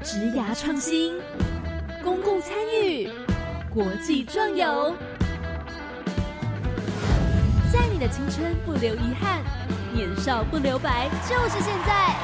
职涯创新、公共参与、国际壮游，在你的青春不留遗憾，年少不留白，就是现在。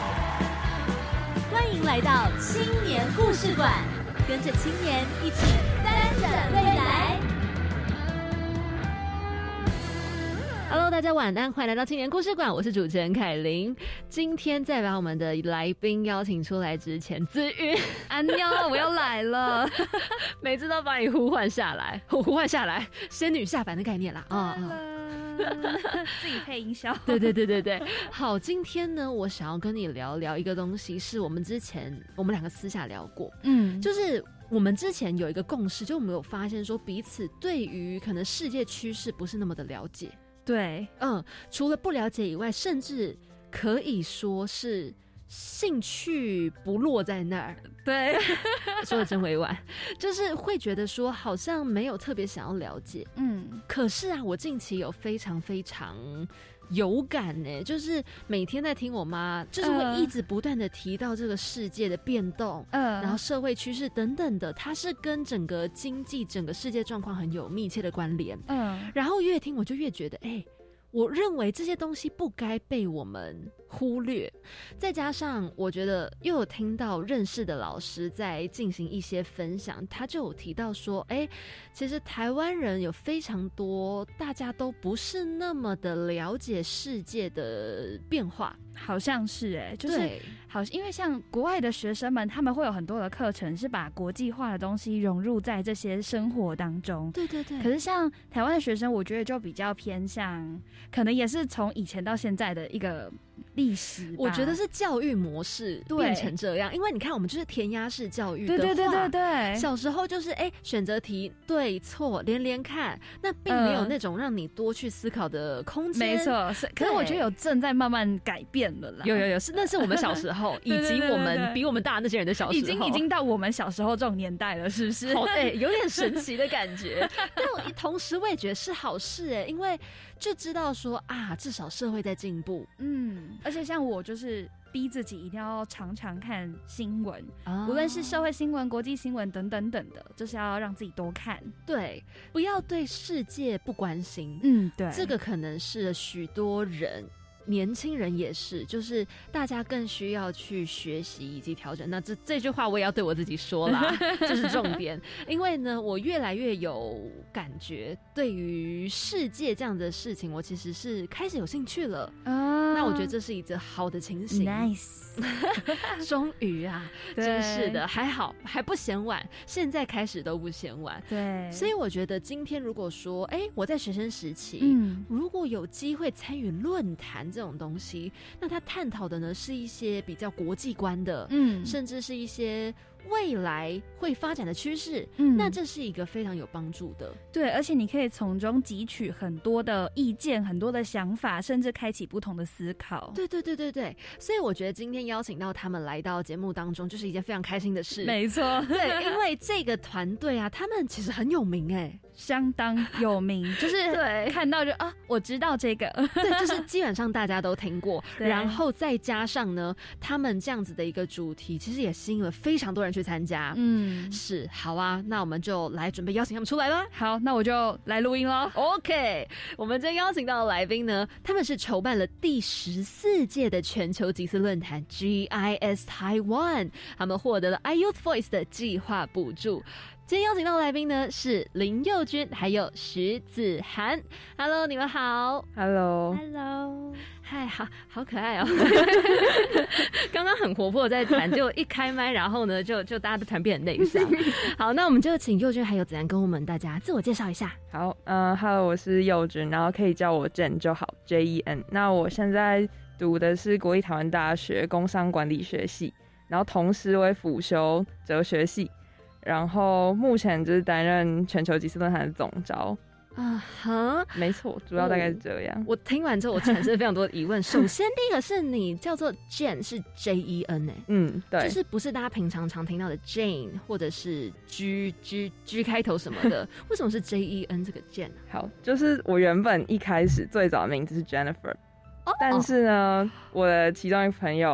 欢迎来到青年故事馆，跟着青年一起翻转未来。Hello， 大家晚安，欢迎来到青年故事馆，我是主持人凯琳。今天在把我们的来宾邀请出来之前，子瑜， 安妞，我又来了， 每次都把你呼唤下来，仙女下凡的概念啦， 自己配音效。 对。好，今天呢，我想要跟你聊聊一个东西，是我们两个私下聊过，就是我们之前有一个共识，就我们有发现说彼此对于可能世界趋势不是那么的了解。 对， 除了不了解以外，甚至可以说是兴趣不落在那儿。 对， 说的真委婉，就是会觉得说好像没有特别想要了解。可是啊，我近期有非常非常有感呢，就是每天在听我妈，就是会一直不断的提到这个世界的变动，然后社会趋势等等的，它是跟整个经济、整个世界状况很有密切的关联。然后越听我就越觉得，我认为这些东西不该被我们忽略，再加上我觉得又有听到认识的老师在进行一些分享，他就有提到说，其实台湾人有非常多大家都不是那么的了解世界的变化， 好像是就是好，因为像国外的学生们，他们会有很多的课程是把国际化的东西融入在这些生活当中。对。可是像台湾的学生，我觉得就比较偏向，可能也是从以前到现在的一个历史吧， 我觉得是教育模式变成这样，因为你看我们就是填鸭式教育的话， 对， 小时候就是选择题对错连看，那并没有那种让你多去思考的空间。 没错，可是我觉得有正在慢慢改变了啦。 有，那是我们小时候，以及我们比我们大那些人的小时候， 已经到我们小时候这种年代了，是不是？ 有点神奇的感觉。但我同时我也觉得是好事因为就知道说啊，至少社会在进步。 而且像我就是逼自己一定要常常看新闻，无论是社会新闻、国际新闻等等的，就是要让自己多看。对， 不要对世界不关心。对，这个可能是许多人。年轻人也是，就是大家更需要去学习以及调整。那这句话我也要对我自己说啦，这是重点。因为呢，我越来越有感觉，对于世界这样的事情，我其实是开始有兴趣了。那我觉得这是一个好的情形。 Nice， 终于啊，真是的，还好还不嫌晚，现在开始都不嫌晚。 对， 所以我觉得今天如果说，我在学生时期，如果有机会参与论坛这种东西，那他探讨的呢是一些比较国际观的，甚至是一些未来会发展的趋势，那这是一个非常有帮助的。 对，而且你可以从中汲取很多的意见、很多的想法，甚至开启不同的思考。 对，所以我觉得今天邀请到他们来到节目当中，就是一件非常开心的事。 没错， 对，因为这个团队啊，他们其实很有名相当有名，就是看到就我知道这个， 对，就是基本上大家都听过，然后再加上呢，他们这样子的一个主题，其实也吸引了非常多人去参加。是，好啊，那我们就来准备邀请他们出来了。 好，那我就来录音咯。 OK， 我们今天邀请到的来宾呢，他们是筹办了第14届的全球集思论坛 GIS Taiwan， 他们获得了 iYouth Voice 的计划补助。今天邀请到的来宾呢是林佑君还有徐子涵。 Hello， 你们好。 Hello， 嗨，好可爱哦。刚刚很活泼在谈，就一开麦，然后呢就大家都谈变很内向。好，那我们就请佑君还有子涵跟我们大家自我介绍一下。 好，Hello， 我是佑君，然后可以叫我 Jen 就好， JEN。 那我现在读的是国立台湾大学工商管理学系，然后同时我也辅修哲学系，然后目前就是担任全球集思论坛的总召。没错，主要大概是这样。 我听完之后，我产生了非常多的疑问。首先，第一个是你叫做 Jen， 是 JEN 对， 就是不是大家平常听到的 Jane 或者是 G 开头什么的，为什么是 JEN 这个 Jen？ 好，就是我原本一开始最早的名字是 Jennifer，但是呢，我的其中一个朋友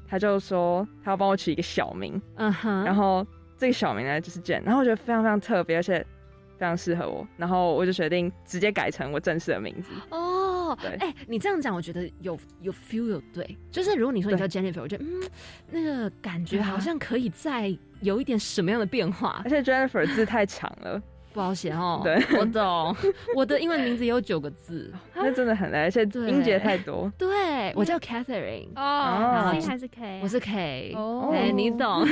他就说他要帮我取一个小名，然后这个小名呢就是 Jen， 然后我觉得非常非常特别，而且非常适合我，然后我就决定直接改成我正式的名字。 对，你这样讲，我觉得有 feel 有对，就是如果你说你叫 Jennifer， 我觉得那个感觉好像可以再有一点什么样的变化， 而且 Jennifer 字太长了。 不好写哦， 对， 我懂。我的英文名字也有9个字， 那真的很难，而且音节太多。 对，我叫 Catherine， C 还是 K？ 我是 K， 你懂。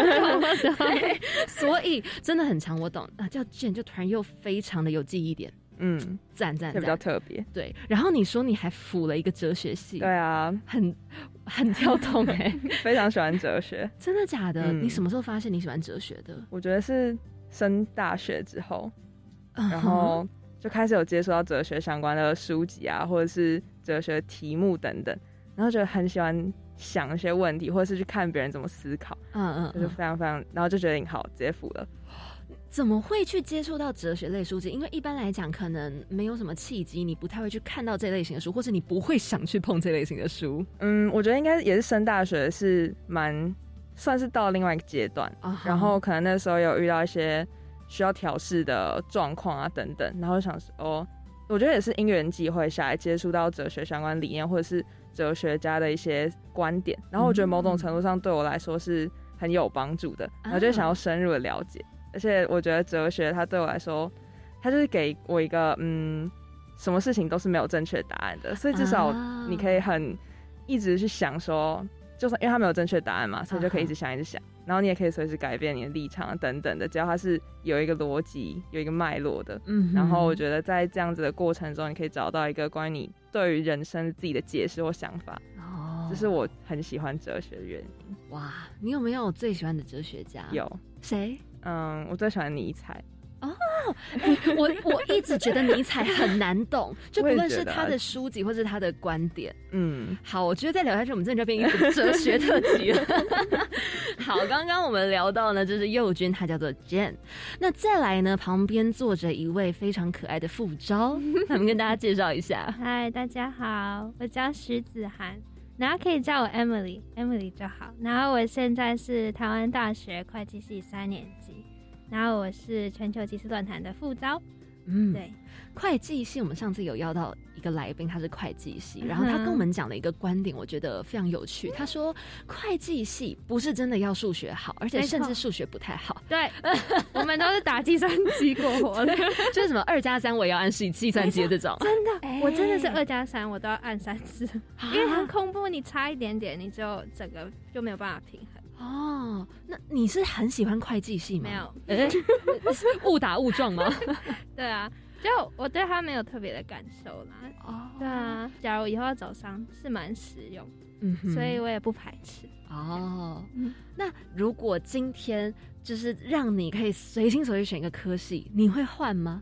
所以真的很长，我懂啊。叫 Jen 就突然又非常的有记忆点，赞， 比较特别。 对，然后你说你还辅了一个哲学系， 对啊， 很跳动非常喜欢哲学。 真的假的？你什么时候发现你喜欢哲学的？ 我觉得是升大学之后，然后就开始有接触到哲学相关的书籍啊，或者是哲学题目等等，然后觉得很喜欢想一些问题，或者是去看别人怎么思考，就是非常非常，然后就决定好直接辅了。 怎么会去接触到哲学类书籍？因为一般来讲，可能没有什么契机，你不太会去看到这类型的书，或者你不会想去碰这类型的书。 我觉得应该也是升大学是算是到另外一个阶段，然后可能那时候有遇到一些需要调试的状况啊等等，然后想说我觉得也是因缘际会下来接触到哲学相关理念或者是哲学家的一些观点，然后我觉得某种程度上对我来说是很有帮助的，然后就想要深入的了解，而且我觉得哲学它对我来说，它就是给我一个什么事情都是没有正确答案的，所以至少你可以一直去想说，就算因为它没有正确答案嘛，所以就可以一直想一直想，然后你也可以随时改变你的立场等等的，只要它是有一个逻辑有一个脉络的，然后我觉得在这样子的过程中，你可以找到一个关于你对于人生自己的解释或想法，这是我很喜欢哲学的原因。 哇，你有没有最喜欢的哲学家？ 有。 谁？ 我最喜欢尼采。 我一直觉得尼采很难懂，就不论是他的书籍或是他的观点。好，我觉得再聊下去，我们真的就变一个哲学特辑了。好，刚刚我们聊到呢，就是佑君，他叫做 Jen。那再来呢，旁边坐着一位非常可爱的副招，他们跟大家介绍一下。 嗨，大家好，我叫徐子涵，然后可以叫我 Emily 就好。然后我现在是台湾大学会计系3年级。然后我是全球集思论坛的副招，对， 会计系我们上次有邀到一个来宾，他是会计系，然后他跟我们讲了一个观点，我觉得非常有趣。他说会计系不是真的要数学好，而且甚至数学不太好。 对，我们都是打计算机过活的， 就是什么2+3我也要按计算机的这种。 真的，我真的是2+3我都要按3次，因为很恐怖，你差一点点，你就整个就没有办法平衡。 那你是很喜欢会计系吗？ 没有， 误打误撞吗？ 对啊，就我对他没有特别的感受啦。对啊，假如以后要走商是蛮实用，所以我也不排斥。 那如果今天就是让你可以随心所欲选一个科系，你会换吗？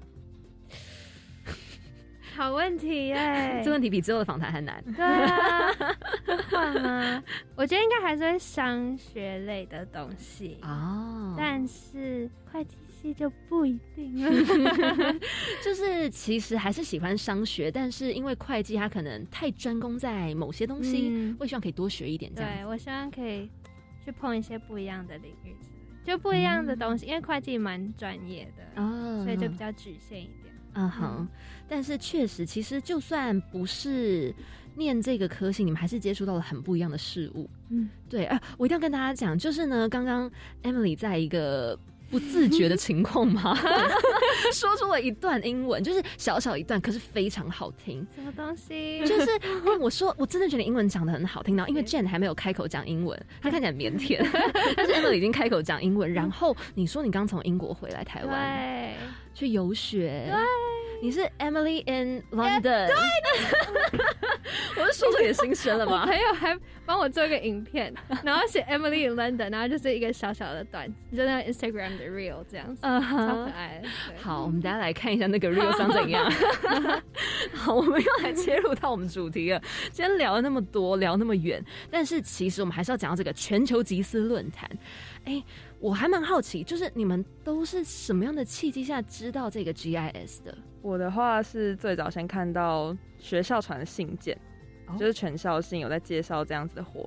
好问题耶！ 这问题比之后的访谈还难。 对啊，换吗？我觉得应该还是会商学类的东西但是会计系就不一定了。 就是其实还是喜欢商学，但是因为会计它可能太专攻在某些东西，我希望可以多学一点这样子。 对，我希望可以去碰一些不一样的领域，就不一样的东西，因为会计蛮专业的所以就比较局限一点。 但是确实，其实就算不是念这个科系，你们还是接触到了很不一样的事物。对我一定要跟大家讲，就是呢，刚刚 Emily 在一个不自觉的情况嘛，说出了一段英文，就是小小一段，可是非常好听。 什么东西？ 就是我真的觉得英文讲得很好听，然后因为 Jen 还没有开口讲英文，她看起来很腼腆，但是 Emily 已经开口讲英文。然后你说你刚从英国回来台湾， 对， 去游学，对。你是 Emily in London， 对，我是说出你的心声了吗？ 我朋友还帮我做一个影片，然后写 Emily in London， 然后就是一个小小的短，就那个 Instagram 的 reel 这样子，超可爱的。 好，我们等一下来看一下那个 reel 长怎样。好，我们又来切入到我们主题了。今天聊了那么多，聊那么远，但是其实我们还是要讲到这个全球集思论坛。我还蛮好奇，就是你们都是什么样的契机下知道这个 GIS 的？ 我的话是最早先看到学校传的信件，就是全校性有在介绍这样子的活动，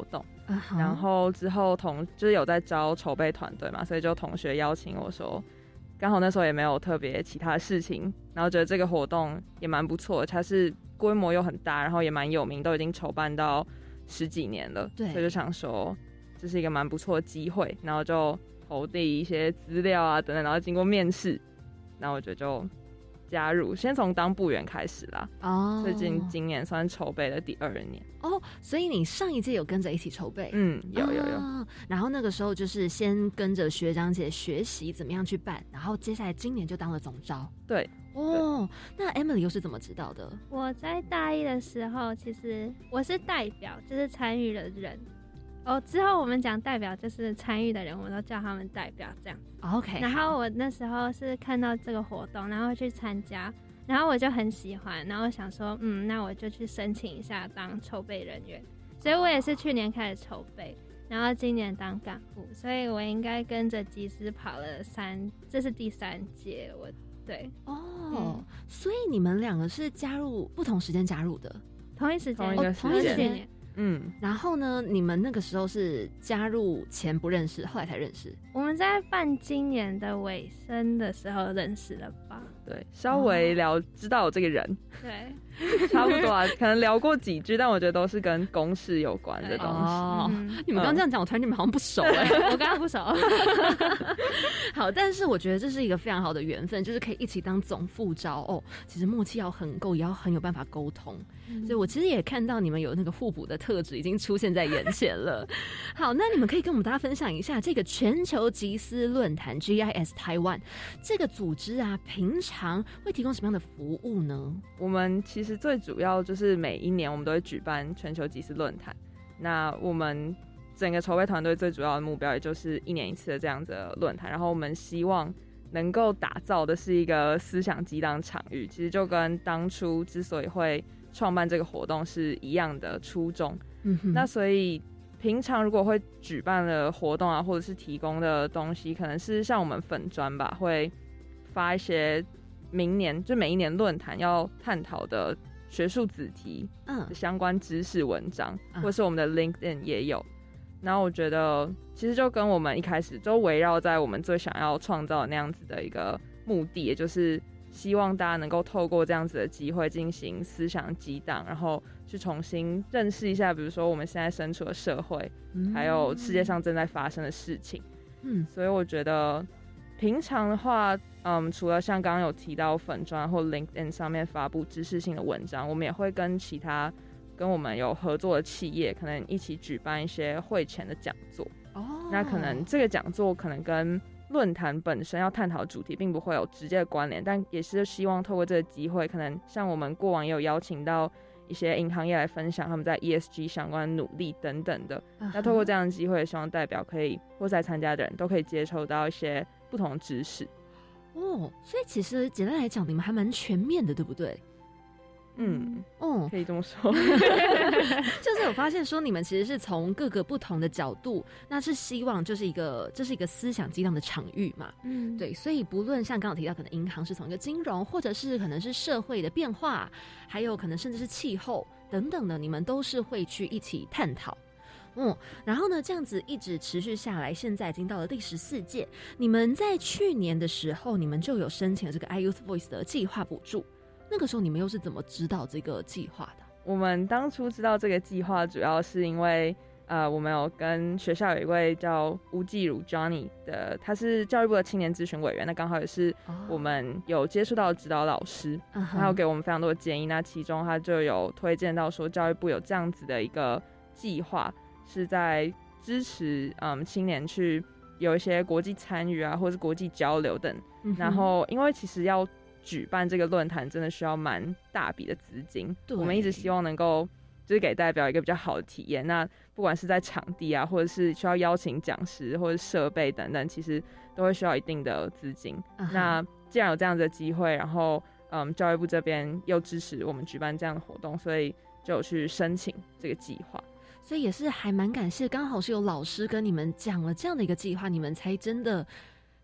然后之后就是有在招筹备团队嘛，所以就同学邀请我说，刚好那时候也没有特别其他的事情，然后觉得这个活动也蛮不错的，它是规模又很大，然后也蛮有名，都已经筹办到10几年了，对，所以就想说这是一个蛮不错的机会，然后就投递一些资料啊等等，然后经过面试，然后我觉得就加入，先从当部员开始啦。哦，所以今年算是筹备的第2年。 哦，所以你上一届有跟着一起筹备？ 有。 然后那个时候就是先跟着学长姐学习怎么样去办，然后接下来今年就当了总召。 对。 哦，那 Emily 又是怎么知道的？ 我在大一的时候，其实我是代表，就是参与的人。之后我们讲代表就是参与的人，我们都叫他们代表这样。 OK。 然后我那时候是看到这个活动，然后去参加，然后我就很喜欢，然后想说，那我就去申请一下当筹备人员。所以我也是去年开始筹备，然后今年当干部，所以我应该跟着集思跑了这是第3届。对。 所以你们2个是加入不同时间加入的？ 同一时间， 同一时间。 然后呢？你们那个时候是加入前不认识，后来才认识？ 我们在办今年的尾声的时候认识了吧？ 对，稍微知道有这个人。 对， 差不多啊，可能聊过几句，但我觉得都是跟公事有关的东西。你们刚刚这样讲，我突然觉得你们好像不熟我刚刚不熟。 好，但是我觉得这是一个非常好的缘分，就是可以一起当总副召其实默契要很够，也要很有办法沟通。所以我其实也看到你们有那个互补的特质已经出现在眼前了。好，那你们可以跟我们大家分享一下这个全球集思论坛 GIS Taiwan 这个组织啊，平常会提供什么样的服务呢？ 我们其实最主要就是每一年我们都会举办全球集思论坛，那我们整个筹备团队最主要的目标也就是1年1次的这样子的论坛，然后我们希望能够打造的是一个思想激荡场域，其实就跟当初之所以会创办这个活动是一样的初衷。那所以平常如果会举办的活动啊，或者是提供的东西，可能是像我们粉专吧，会发一些明年就每一年论坛要探讨的学术子题相关知识文章，或是我们的 LinkedIn 也有。然后我觉得其实就跟我们一开始就围绕在我们最想要创造的那样子的一个目的，也就是希望大家能够透过这样子的机会进行思想激荡，然后去重新认识一下比如说我们现在身处的社会，还有世界上正在发生的事情。所以我觉得平常的话除了像刚刚有提到粉专或 LinkedIn 上面发布知识性的文章，我们也会跟其他跟我们有合作的企业可能一起举办一些会前的讲座。那可能这个讲座可能跟论坛本身要探讨的主题并不会有直接的关联，但也是希望透过这个机会，可能像我们过往也有邀请到一些银行业来分享他们在 ESG 相关的努力等等的。那透过这样的机会，希望代表可以或在参加的人都可以接受到一些不同的知识。 所以其实简单来讲，你们还蛮全面的，对不对？ 可以这么说。 就是有发现说你们其实是从各个不同的角度，那是希望这是一个思想激荡的场域嘛。对，所以不论像刚刚提到可能银行是从一个金融，或者是可能是社会的变化，还有可能甚至是气候等等的，你们都是会去一起探讨。然后呢，这样子一直持续下来，现在已经到了第14届。你们在去年的时候，你们就有申请了这个 iYouth Voice 的计划补助。那个时候你们又是怎么知道这个计划的？ 我们当初知道这个计划，主要是因为我们有跟学校有一位叫吴继儒 Johnny 的，他是教育部的青年咨询委员，那刚好也是我们有接触到的指导老师，他有给我们非常多的建议。那其中他就有推荐到说，教育部有这样子的一个计划，是在支持青年去有一些国际参与啊，或是国际交流等。然后因为其实要举办这个论坛真的需要蛮大笔的资金，我们一直希望能够就是给代表一个比较好的体验。那不管是在场地啊，或者是需要邀请讲师或者设备等等，其实都会需要一定的资金。那既然有这样子的机会，然后教育部这边又支持我们举办这样的活动，所以就有去申请这个计划。 所以也是还蛮感谢，刚好是有老师跟你们讲了这样的一个计划，你们才真的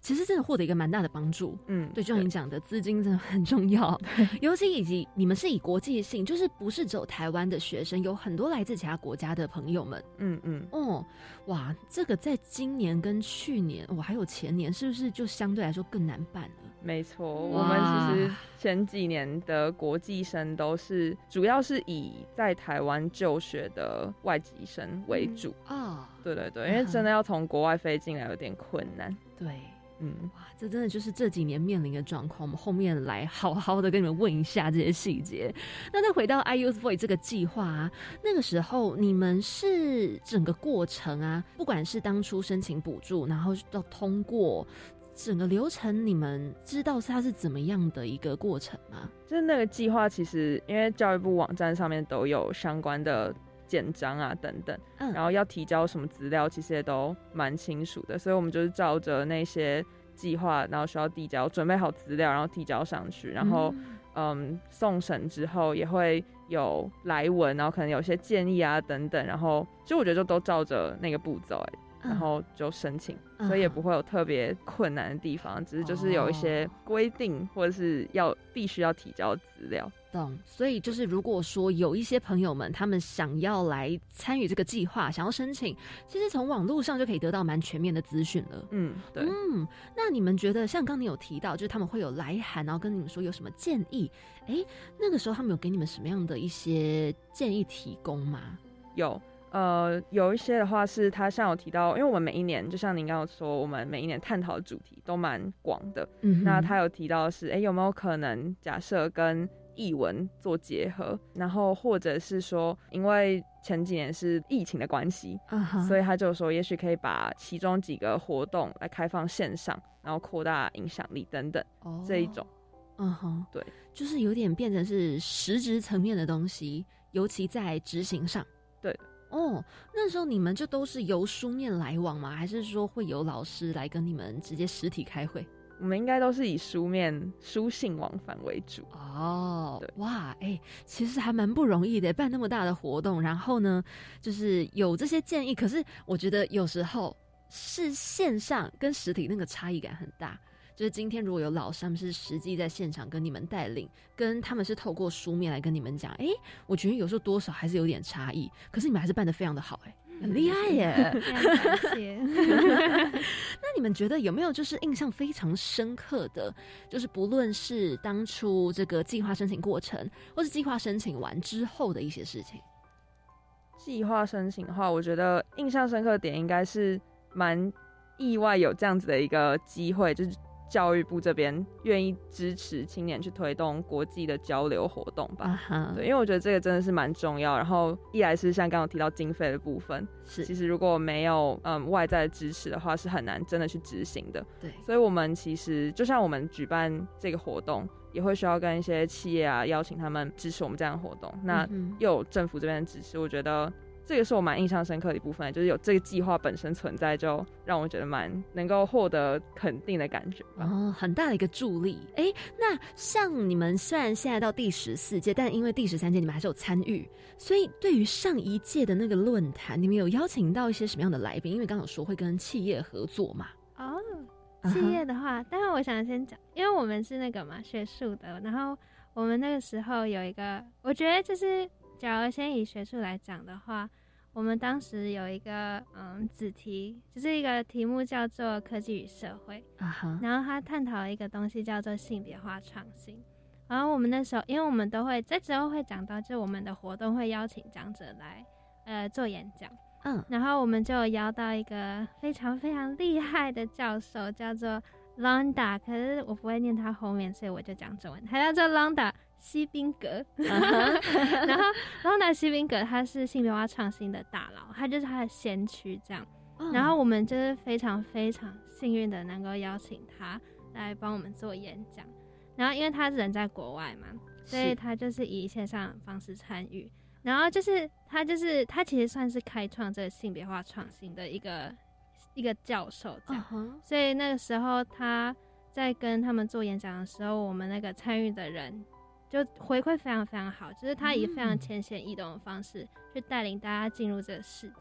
其实真的获得一个蛮大的帮助。对，就像你讲的，资金真的很重要，尤其以及你们是以国际性，就是不是只有台湾的学生，有很多来自其他国家的朋友们。哇，这个在今年跟去年，还有前年，是不是就相对来说更难办了？ 没错，我们其实前几年的国际生都是主要是以在台湾就学的外籍生为主对对对，因为真的要从国外飞进来有点困难。 对，哇，这真的就是这几年面临的状况。我们后面来好好的跟你们问一下这些细节。那再回到 iYouth Voice 这个计划啊，那个时候你们是整个过程啊，不管是当初申请补助，然后到通过。整个流程你们知道它是怎么样的一个过程吗？ 就是那个计划其实因为教育部网站上面都有相关的简章啊等等，然后要提交什么资料其实也都蛮清楚的，所以我们就是照着那些计划，然后需要递交，准备好资料，然后递交上去，然后送审之后也会有来文，然后可能有些建议啊等等，然后就我觉得就都照着那个步骤然后就申请，所以也不会有特别困难的地方，只是就是有一些规定或者是必须要提交资料。 懂，所以就是如果说有一些朋友们他们想要来参与这个计划，想要申请，其实从网络上就可以得到蛮全面的资讯了。 对。 那你们觉得像刚刚你有提到，就是他们会有来函，然后跟你们说有什么建议？那个时候他们有给你们什么样的一些建议提供吗？ 有一些的话是他像有提到，因为我们每一年就像您刚刚说，我们每一年探讨的主题都蛮广的。那他有提到的是有没有可能假设跟艺文做结合，然后或者是说因为前几年是疫情的关系所以他就说也许可以把其中几个活动来开放线上，然后扩大影响力等等这一种。对， 就是有点变成是实质层面的东西，尤其在执行上。 对那时候你们就都是由书面来往吗？还是说会有老师来跟你们直接实体开会？ 我们应该都是以书信往返为主。 对，哇，其实还蛮不容易的，办那么大的活动，然后呢，就是有这些建议，可是我觉得有时候是线上跟实体那个差异感很大。就是今天如果有老师他们是实际在现场跟你们带领，跟他们是透过书面来跟你们讲，我觉得有时候多少还是有点差异，可是你们还是办得非常的好，很厉害耶。 感谢。 那你们觉得有没有就是印象非常深刻的，就是不论是当初这个计划申请过程，或是计划申请完之后的一些事情？ 计划申请的话，我觉得印象深刻的点应该是蛮意外有这样子的一个机会，就是教育部这边愿意支持青年去推动国际的交流活动吧。对，因为我觉得这个真的是蛮重要。然后一来是像刚刚提到经费的部分，其实如果没有外在的支持的话，是很难真的去执行的。 对， 所以我们其实就像我们举办这个活动，也会需要跟一些企业啊邀请他们支持我们这样的活动。那又有政府这边的支持，我觉得这个是我蛮印象深刻的一部分，就是有这个计划本身存在，就让我觉得蛮能够获得肯定的感觉吧。 很大的一个助力。那像你们虽然现在到第14届，但因为第13届你们还是有参与，所以对于上一届的那个论坛，你们有邀请到一些什么样的来宾？因为刚刚有说会跟企业合作嘛。 企业的话，但是我想先讲，因为我们是那个嘛学术的，然后我们那个时候有一个，我觉得就是假如先以学术来讲的话，我们当时有一个子题，就是一个题目叫做科技与社会，然后他探讨了一个东西叫做性别化创新。然后我们那时候，因为我们都会在之后会讲到，就是我们的活动会邀请讲者来做演讲。然后我们就有邀到一个非常非常厉害的教授，叫做 Londa， 可是我不会念他后面，所以我就讲中文，他叫做 Londa 西宾格。然后 Londa 西宾格他是性别化创新的大佬，他就是他的先驱这样。然后我们就是非常非常幸运的能够邀请他来帮我们做演讲。然后因为他人在国外嘛，所以他就是以线上的方式参与。然后他其实算是开创这个性别化创新的一个教授这样。所以那个时候他在跟他们做演讲的时候，我们那个参与的人就回馈非常非常好，就是他以非常浅显易懂的方式去带领大家进入这个世界。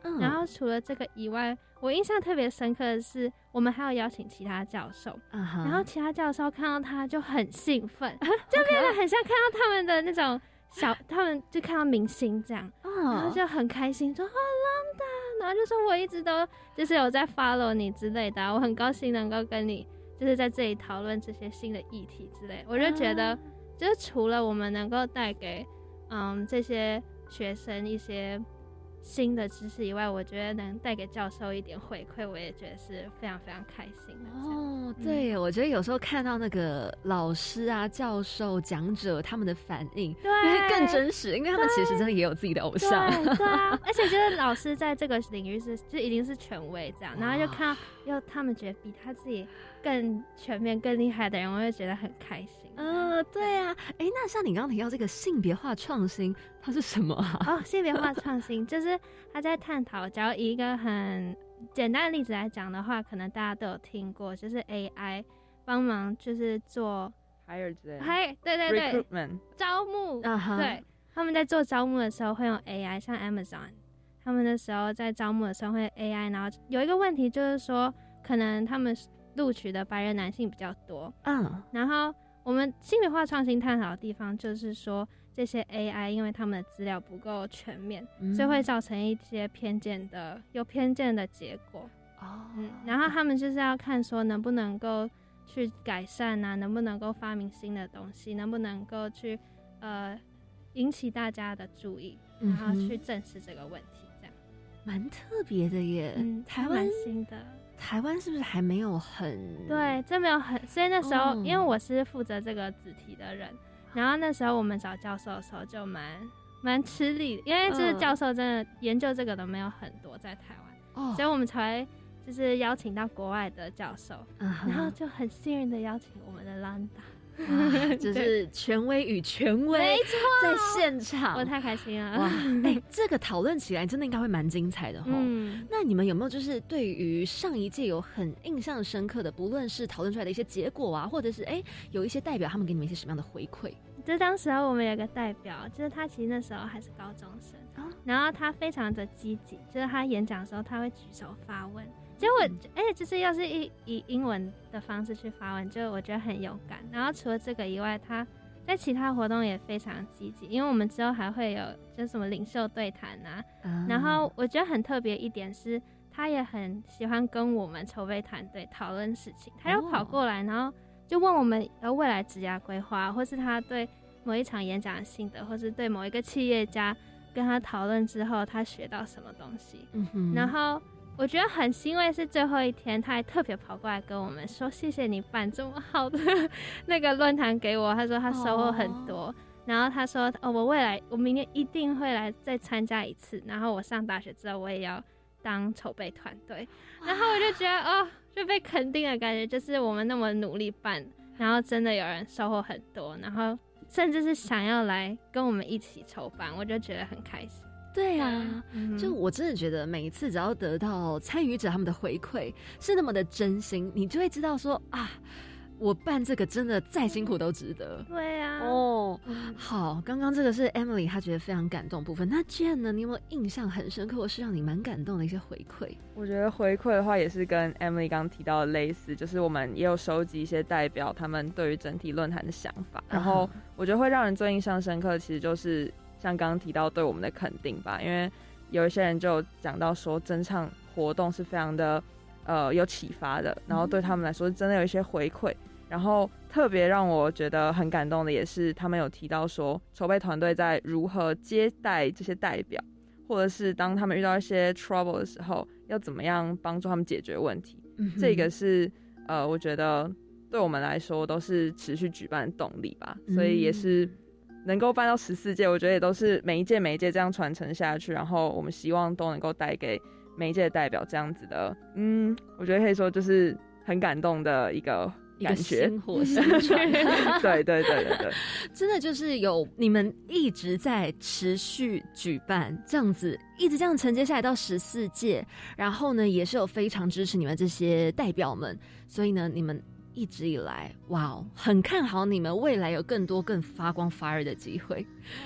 然后除了这个以外，我印象特别深刻的是，我们还有邀请其他教授，然后其他教授看到他就很兴奋，就变得很像看到他们的那种他们就看到明星这样，然后就很开心说Lambda， 然后就说我一直都就是有在 follow 你之类的，我很高兴能够跟你就是在这里讨论这些新的议题之类，我就觉得就是除了我们能够带给这些学生一些新的知识以外，我觉得能带给教授一点回馈，我也觉得是非常非常开心的。 对，我觉得有时候看到那个老师啊、教授、讲者他们的反应， 对， 更真实，因为他们其实真的也有自己的偶像。 对啊，而且就是老师在这个领域就已经是权威这样，然后就看到他们觉得比他自己更全面、更厉害的人，我会觉得很开心。 对啊，那像你刚刚提到这个性别化创新，它是什么啊？ 性别化创新就是他在探讨，假如以一个很简单的例子来讲的话，可能大家都有听过，就是 AI 帮忙就是做 hire 之类的， 对 recruitment 招募，对，他们在做招募的时候会用 AI， 像 Amazon， 他们的时候在招募的时候会 AI， 然后有一个问题就是说，可能他们录取的白人男性比较多，然后我们性别化创新探讨的地方就是说，这些 AI 因为他们的资料不够全面，所以会造成一些有偏见的结果。然后他们就是要看说能不能够去改善啊，能不能够发明新的东西，能不能够去引起大家的注意，然后去正视这个问题，这样蛮特别的耶。 台湾新的。 台湾是不是还没有很？ 对，这没有很，所以那时候因为我是负责这个子题的人，然后那时候我们找教授的时候就蛮吃力的，因为就是教授真的研究这个的没有很多在台湾，所以我们才就是邀请到国外的教授，然后就很幸运的邀请我们的 Lambda， 就是权威与权威在现场， 我太开心了。 哇，这个讨论起来真的应该会蛮精彩的齁。那你们有没有就是对于上一届有很印象深刻的，不论是讨论出来的一些结果啊，或者是有一些代表他们给你们一些什么样的回馈？ 就当时候我们有个代表，就是他其实那时候还是高中生，然后他非常的积极，就是他演讲的时候他会举手发问。结果而且就是要是以英文的方式去发问，就我觉得很勇敢。然后除了这个以外，他在其他活动也非常积极，因为我们之后还会有就是什么领袖对谈啊，然后我觉得很特别一点是，他也很喜欢跟我们筹备团队讨论事情，他就跑过来，然后就问我们未来职涯规划，或是他对某一场演讲的心得，或是对某一个企业家跟他讨论之后他学到什么东西。然后我觉得很欣慰是最后一天他还特别跑过来跟我们说，谢谢你办这么好的那个论坛给我，他说他收获很多，然后他说我明年一定会来再参加一次，然后我上大学之后我也要当筹备团队，然后我就觉得就被肯定的感觉，就是我们那么努力办，然后真的有人收获很多，然后甚至是想要来跟我们一起筹办，我就觉得很开心。 对啊，就我真的觉得每一次只要得到参与者他们的回馈是那么的真心，你就会知道说我办这个真的再辛苦都值得。 对啊。 好，刚刚这个是 Emily 她觉得非常感动的部分，那 Jen 呢？你有没有印象很深刻或是让你蛮感动的一些回馈？ 我觉得回馈的话也是跟 Emily 刚刚提到的类似，就是我们也有收集一些代表他们对于整体论坛的想法，然后我觉得会让人最印象深刻的其实就是像刚刚提到对我们的肯定吧，因为有一些人就讲到说整场活动是非常的有启发的，然后对他们来说真的有一些回馈，然后特别让我觉得很感动的也是他们有提到说筹备团队在如何接待这些代表，或者是当他们遇到一些 trouble 的时候要怎么样帮助他们解决问题，这个是我觉得对我们来说都是持续举办的动力吧，所以也是能够办到14届，我觉得也都是每一届这样传承下去，然后我们希望都能够带给每一届的代表这样子的，我觉得可以说就是很感动的一个感觉， 薪火相传。 对， 真的就是有你们一直在持续举办这样子，一直这样承接下来到14届，然后呢也是有非常支持你们这些代表们，所以呢你们一直以来很看好你们未来有更多更发光发热的机会。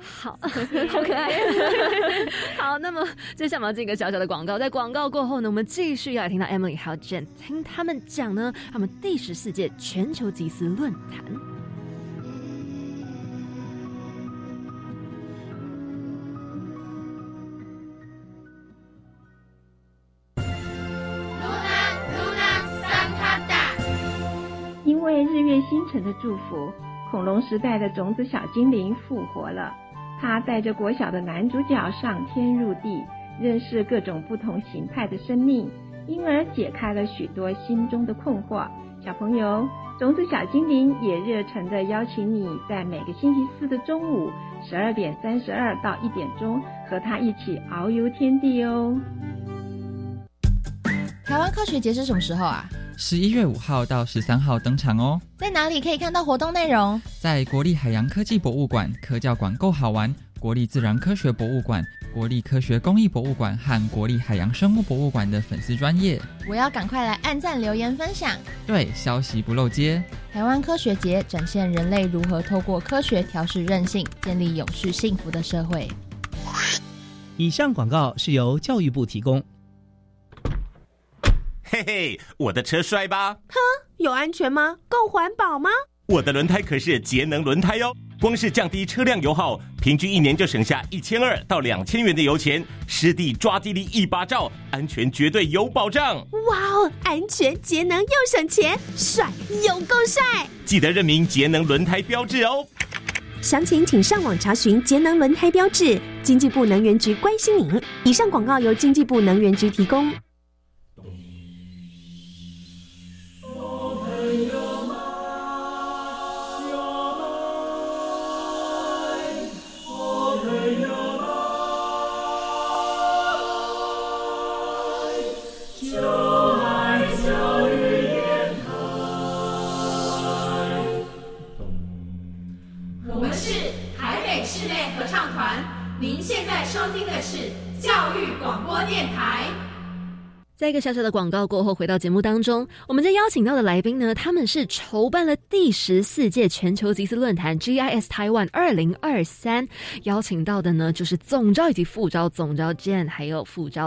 好，好可爱。好，那么接下来我们要进一个小小的广告，在广告过后呢，我们继续要来听到 Emily 还有 Jen 听他们讲呢，他们第14届全球集思论坛。 因为日月星辰的祝福，恐龙时代的种子小精灵复活了。他带着国小的男主角上天入地，认识各种不同形态的生命，因而解开了许多心中的困惑。小朋友，种子小精灵也热忱地邀请你在每个星期四的中午12点32到1点钟和他一起遨游天地哦。 台湾科学节是什么时候啊 ？11月5号到13号登场哦。 在哪里可以看到活动内容？ 在国立海洋科技博物馆、科教馆够好玩、国立自然科学博物馆、国立科学工艺博物馆和国立海洋生物博物馆的粉丝专页。 我要赶快来按赞留言分享。 对，消息不漏接。 台湾科学节展现人类如何透过科学调试韧性，建立永续幸福的社会。 以上广告是由教育部提供。 嘿嘿，我的车帅吧？ 哼，有安全吗？够环保吗？ 我的轮胎可是节能轮胎哦，光是降低车辆油耗，平均1年就省下1200到2000元的油钱，湿地抓地力一把照，安全绝对有保障。 哇哦，安全节能又省钱，帅又够帅！ 记得认明节能轮胎标志哦。 详情请上网查询节能轮胎标志，经济部能源局关心您。以上广告由经济部能源局提供。 您现在收听的是教育广播电台。 在一个小小的广告过后，回到节目当中，我们在邀请到的来宾呢，他们是筹办了第14届全球集思论坛 GIS Taiwan 2023，邀请到的呢就是总召以及副召，总召 Jen 还有副召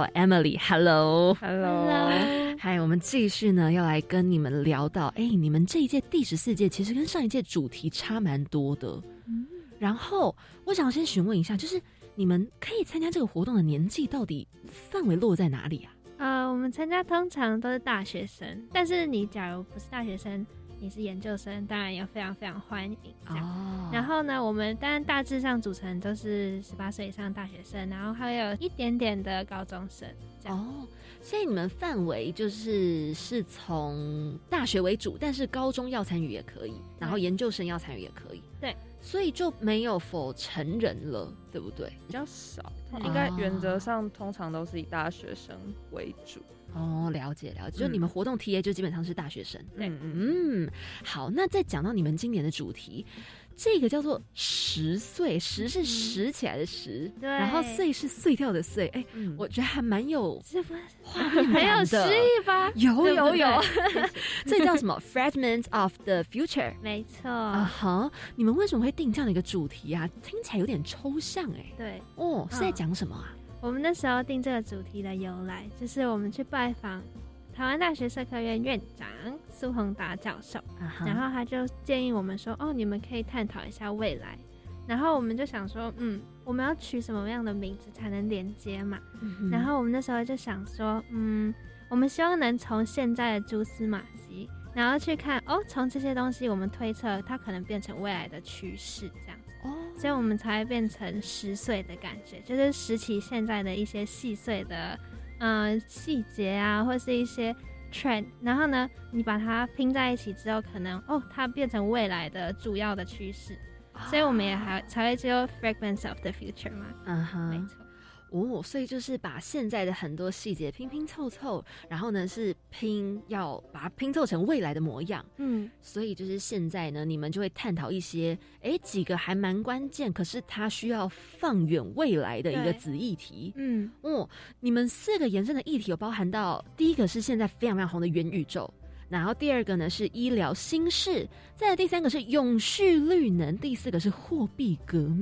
Emily。Hello， 嗨，我们继续呢要来跟你们聊到，你们这一届第14届其实跟上一届主题差蛮多的。然后我想先询问一下，就是你们可以参加这个活动的年纪到底范围落在哪里啊？ 我们参加通常都是大学生，但是你假如不是大学生，你是研究生，当然也非常非常欢迎这样。然后呢，我们当然大致上组成都是18岁以上大学生，然后还有一点点的高中生这样。 所以你们范围是从大学为主，但是高中要参与也可以，然后研究生要参与也可以。 对， 所以就没有否成人了，对不对？ 比较少，应该原则上通常都是以大学生为主。 了解了解，就你们活动 TA 就基本上是大学生。好，那再讲到你们今年的主题，这个叫做10岁，十是拾起来的拾，然后碎是碎掉的碎。我觉得还蛮有画面感的， 很有诗意吧？ 有，这叫什么 ？Fragments of the Future。 没错。 你们为什么会定这样的一个主题啊？听起来有点抽象对。 是在讲什么啊？ 我们那时候定这个主题的由来，就是我们去拜访台湾大学社科院院长苏宏达教授，然后他就建议我们说，你们可以探讨一下未来。然后我们就想说，我们要取什么样的名字才能连接嘛？然后我们那时候就想说，我们希望能从现在的蛛丝马迹，然后去看，从这些东西我们推测它可能变成未来的趋势，这样子。所以我们才会变成10岁的感觉，就是拾起现在的一些细碎的细节啊，或是一些 trend， 然后呢，你把它拼在一起之后，可能它变成未来的主要的趋势，所以我们也才会叫 Fragments of the Future 嘛。没错。 所以就是把现在的很多细节拼拼凑凑，然后呢是要把它拼凑成未来的模样。所以就是现在呢，你们就会探讨一些几个还蛮关键，可是它需要放远未来的一个子议题。你们4个延伸的议题有包含到，第一个是现在非常非常红的元宇宙，然后第2个呢是医疗新式，再来第3个是永续绿能，第4个是货币革命。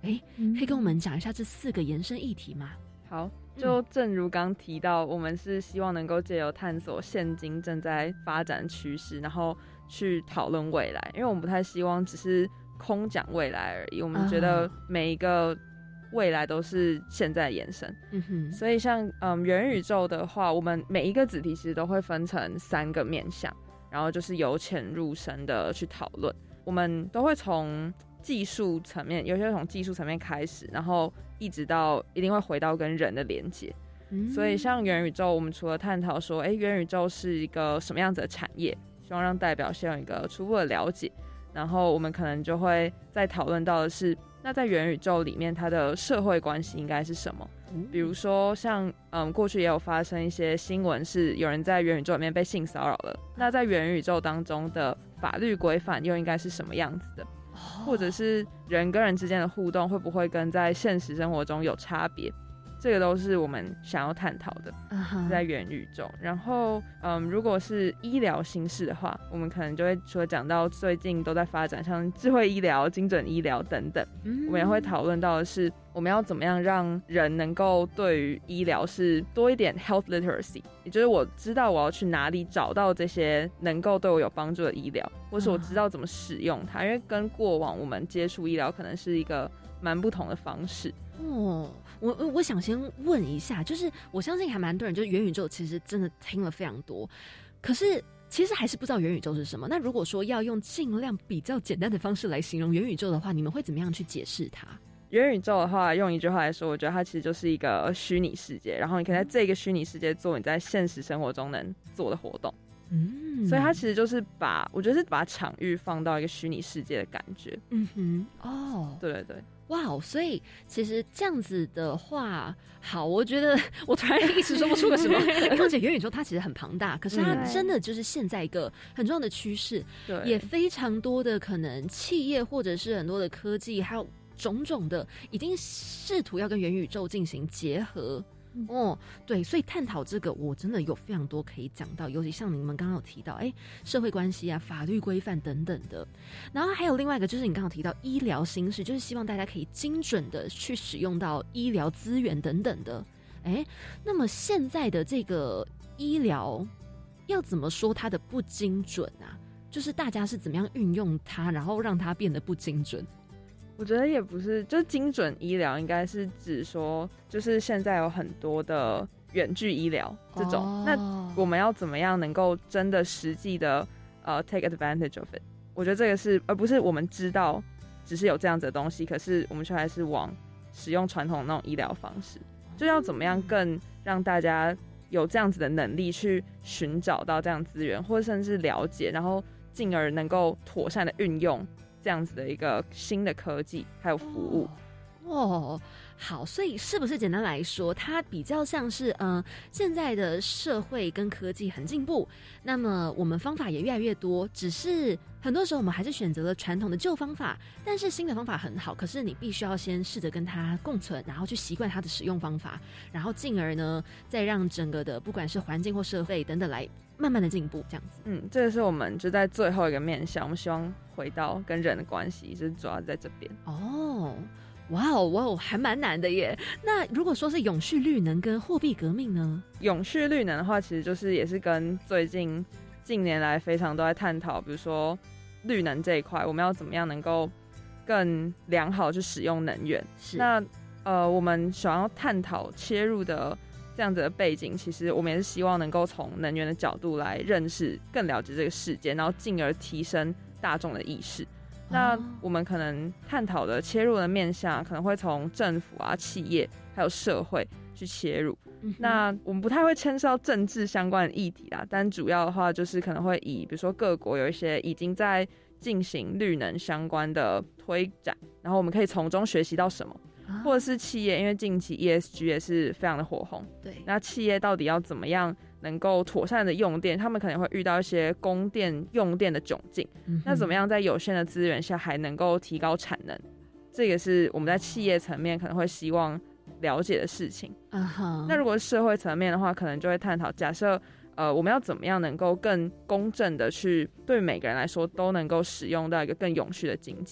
可以跟我们讲一下这4个延伸议题吗？ 好，就正如刚提到，我们是希望能够借由探索现今正在发展趋势，然后去讨论未来，因为我们不太希望只是空讲未来而已，我们觉得每一个未来都是现在的延伸。所以像元宇宙的话，我们每一个子题其实都会分成3个面向，然后就是由浅入深的去讨论。我们都会从技术层面，有些从技术层面开始，然后一直到一定会回到跟人的连接。所以像元宇宙，我们除了探讨说，元宇宙是一个什么样子的产业，希望让代表先有一个初步的了解，然后我们可能就会再讨论到的是，那在元宇宙里面，它的社会关系应该是什么？比如说像过去也有发生一些新闻，是有人在元宇宙里面被性骚扰了，那在元宇宙当中的法律规范又应该是什么样子的？或者是人跟人之间的互动会不会跟在现实生活中有差别？这个都是我们想要探讨的，在元宇宙。然后如果是医疗形式的话，我们可能就会除了讲到最近都在发展像智慧医疗、精准医疗等等，我们也会讨论到的是我们要怎么样让人能够对于医疗是多一点 health literacy， 也就是我知道我要去哪里找到这些能够对我有帮助的医疗，或是我知道怎么使用它，因为跟过往我们接触医疗可能是一个蛮不同的方式。 我想先问一下，就是我相信还蛮多人就是元宇宙其实真的听了非常多，可是其实还是不知道元宇宙是什么。那如果说要用尽量比较简单的方式来形容元宇宙的话，你们会怎么样去解释它？ 元宇宙的话，用一句话来说，我觉得它其实就是一个虚拟世界，然后你可以在这个虚拟世界做你在现实生活中能做的活动。所以它其实就是我觉得是把场域放到一个虚拟世界的感觉。对对对。 哇，所以其实这样子的话，好，我觉得我突然一时说不出个什么。况且元宇宙它其实很庞大，可是它真的就是现在一个很重要的趋势，也非常多的可能企业或者是很多的科技，还有种种的已经试图要跟元宇宙进行结合。对，所以探讨这个我真的有非常多可以讲到，尤其像你们刚刚有提到社会关系啊、法律规范等等的。然后还有另外一个就是你刚刚提到医疗形式，就是希望大家可以精准的去使用到医疗资源等等的。那么现在的这个医疗要怎么说它的不精准啊？就是大家是怎么样运用它，然后让它变得不精准？ 我觉得也不是，就是精准医疗应该是指说，就是现在有很多的远距医疗这种，那我们要怎么样能够真的实际的take advantage of it？ 我觉得这个是，而不是我们知道只是有这样子的东西，可是我们却还是往使用传统的那种医疗方式，就要怎么样更让大家有这样子的能力去寻找到这样资源，或者甚至了解，然后进而能够妥善的运用这样子的一个新的科技还有服务。 好，所以是不是简单来说，它比较像是现在的社会跟科技很进步，那么我们方法也越来越多，只是很多时候我们还是选择了传统的旧方法，但是新的方法很好，可是你必须要先试着跟它共存，然后去习惯它的使用方法，然后进而呢再让整个的不管是环境或社会等等来慢慢的进步，这样子。 这个是我们就在最后一个面向，我们希望回到跟人的关系，就是主要在这边。 哇哦，还蛮难的耶。那如果说是永续绿能跟货币革命呢？ 永续绿能的话，其实就是也是跟近年来非常都在探讨，比如说绿能这一块，我们要怎么样能够更良好去使用能源。那我们想要探讨切入的这样子的背景，其实我们也是希望能够从能源的角度来认识、更了解这个世界，然后进而提升大众的意识。那我们可能探讨的切入的面向可能会从政府啊、企业还有社会去切入。那我们不太会牵涉到政治相关的议题啦，但主要的话就是可能会以比如说各国有一些已经在进行绿能相关的推展，然后我们可以从中学习到什么，或者是企业，因为近期 ESG 也是非常的火红。 对， 那企业到底要怎么样能够妥善的用电，他们可能会遇到一些供电用电的窘境，那怎么样在有限的资源下还能够提高产能，这个是我们在企业层面可能会希望了解的事情。那如果是社会层面的话，可能就会探讨假设我们要怎么样能够更公正的去对每个人来说都能够使用到一个更永续的经济，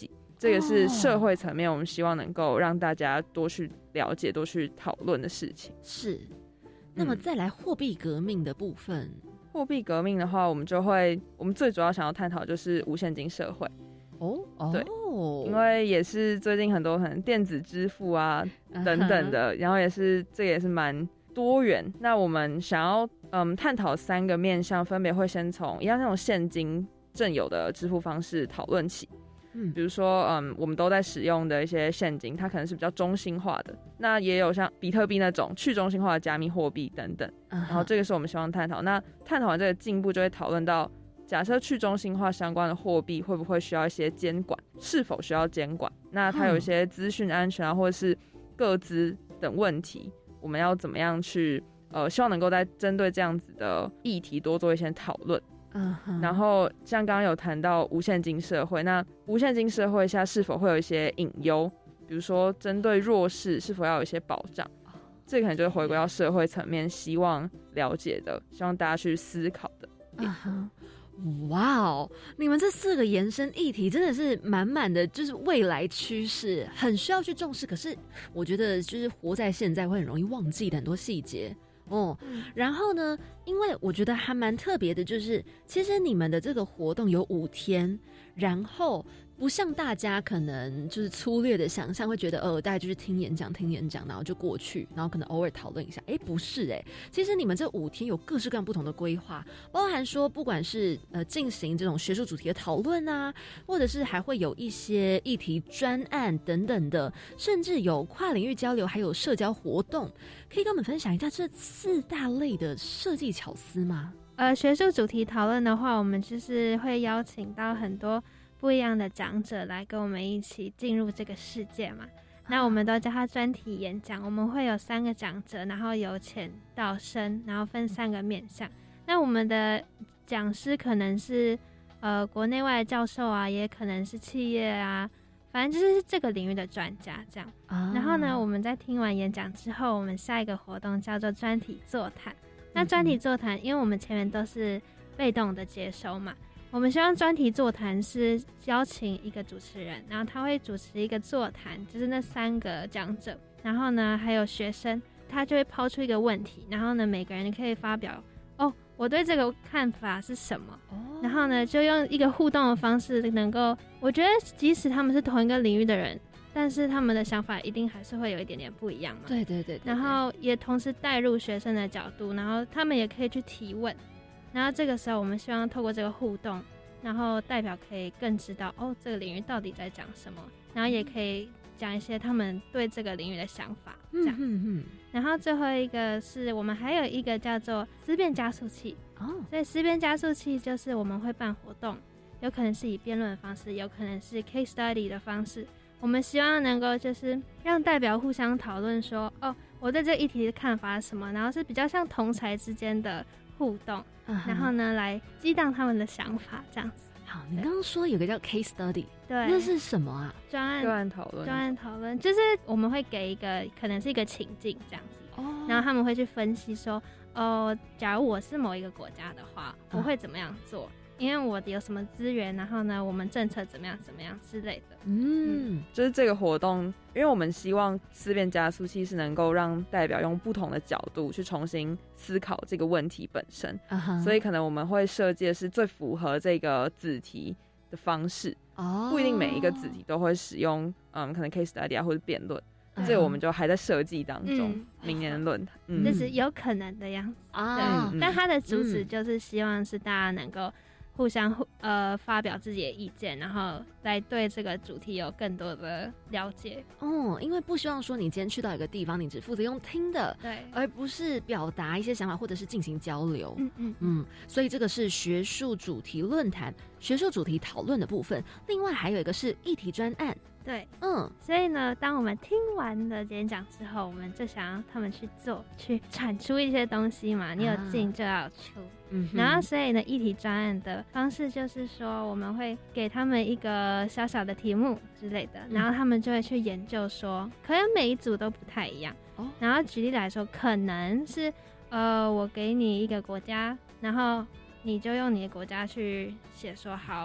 这个是社会层面我们希望能够让大家多去了解、多去讨论的事情。 是。那么再来货币革命的部分， 货币革命的话，我们最主要想要探讨就是无现金社会。对，因为也是最近很多可能电子支付啊等等的，然后这也是蛮多元。那我们想要探讨3个面向，分别会先从一样那种现金正有的支付方式讨论起。比如说我们都在使用的一些现金，它可能是比较中心化的，那也有像比特币那种去中心化的加密货币等等。然后这个是我们希望探讨。那探讨完这个进步，就会讨论到假设去中心化相关的货币会不会需要一些监管，是否需要监管，那它有一些资讯安全啊或者是个资等问题，我们要怎么样去希望能够在针对这样子的议题多做一些讨论。然后像刚刚有谈到无现金社会，那无现金社会下是否会有一些隐忧，比如说针对弱势是否要有一些保障，这可能就是回归到社会层面希望了解的，希望大家去思考的。 哇哦，你们这4个延伸议题真的是满满的就是未来趋势，很需要去重视。可是我觉得就是活在现在会很容易忘记的很多细节。然后呢，因为我觉得还蛮特别的，就是其实你们的这个活动有5天，然后不像大家可能就是粗略的想象，会觉得大家就是听演讲，然后就过去，然后可能偶尔讨论一下。不是其实你们这5天有各式各样不同的规划，包含说不管是进行这种学术主题的讨论啊，或者是还会有一些议题专案等等的，甚至有跨领域交流，还有社交活动。可以跟我们分享一下这4大类的设计巧思吗？ 学术主题讨论的话，我们就是会邀请到很多不一样的讲者来跟我们一起进入这个世界嘛。那我们都叫它专题演讲，我们会有3个讲者，然后由浅到深，然后分3个面向。那我们的讲师可能是国内外的教授啊，也可能是企业啊，反正就是这个领域的专家这样。然后呢，我们在听完演讲之后，我们下一个活动叫做专题座谈。那专题座谈，因为我们前面都是被动的接收嘛，我们希望专题座谈是邀请一个主持人，然后他会主持一个座谈，就是那3个讲者，然后呢还有学生，他就会抛出一个问题，然后呢每个人可以发表我对这个看法是什么，然后呢就用一个互动的方式，能够我觉得即使他们是同一个领域的人，但是他们的想法一定还是会有一点点不一样嘛。对，然后也同时带入学生的角度，然后他们也可以去提问，然后这个时候我们希望透过这个互动，然后代表可以更知道这个领域到底在讲什么，然后也可以讲一些他们对这个领域的想法这样子。然后最后一个是我们还有一个叫做思辨加速器所以思辨加速器就是我们会办活动，有可能是以辩论的方式，有可能是 case study 的方式，我们希望能够就是让代表互相讨论说我对这个议题的看法是什么，然后是比较像同侪之间的互动，然后呢来激荡他们的想法这样子。 好，你刚刚说有个叫 case study， 对，那是什么啊？ 专案讨论就是我们会给一个可能是一个情境这样子，然后他们会去分析说假如我是某一个国家的话，我会怎么样做，因为我有什么资源，然后呢我们政策怎么样之类的。 就是这个活动，因为我们希望思辨加速器是能够让代表用不同的角度去重新思考这个问题本身，所以可能我们会设计的是最符合这个子题的方式，不一定每一个子题都会使用可能 case study 或者辩论，这个我们就还在设计当中，明年的论坛就是有可能的样子但它的主旨就是希望是大家能够互相发表自己的意见，然后来对这个主题有更多的了解。 因为不希望说你今天去到一个地方，你只负责用听的，对，而不是表达一些想法或者是进行交流。所以这个是学术主题论坛、学术主题讨论的部分。另外还有一个是议题专案。 对，所以呢，当我们听完了演讲之后，我们就想要他们去做，去产出一些东西嘛。你有进就要出，然后所以呢，议题专案的方式就是说，我们会给他们一个小小的题目之类的，然后他们就会去研究说，可能每一组都不太一样。然后举例来说，可能是我给你一个国家，然后你就用你的国家去写说好。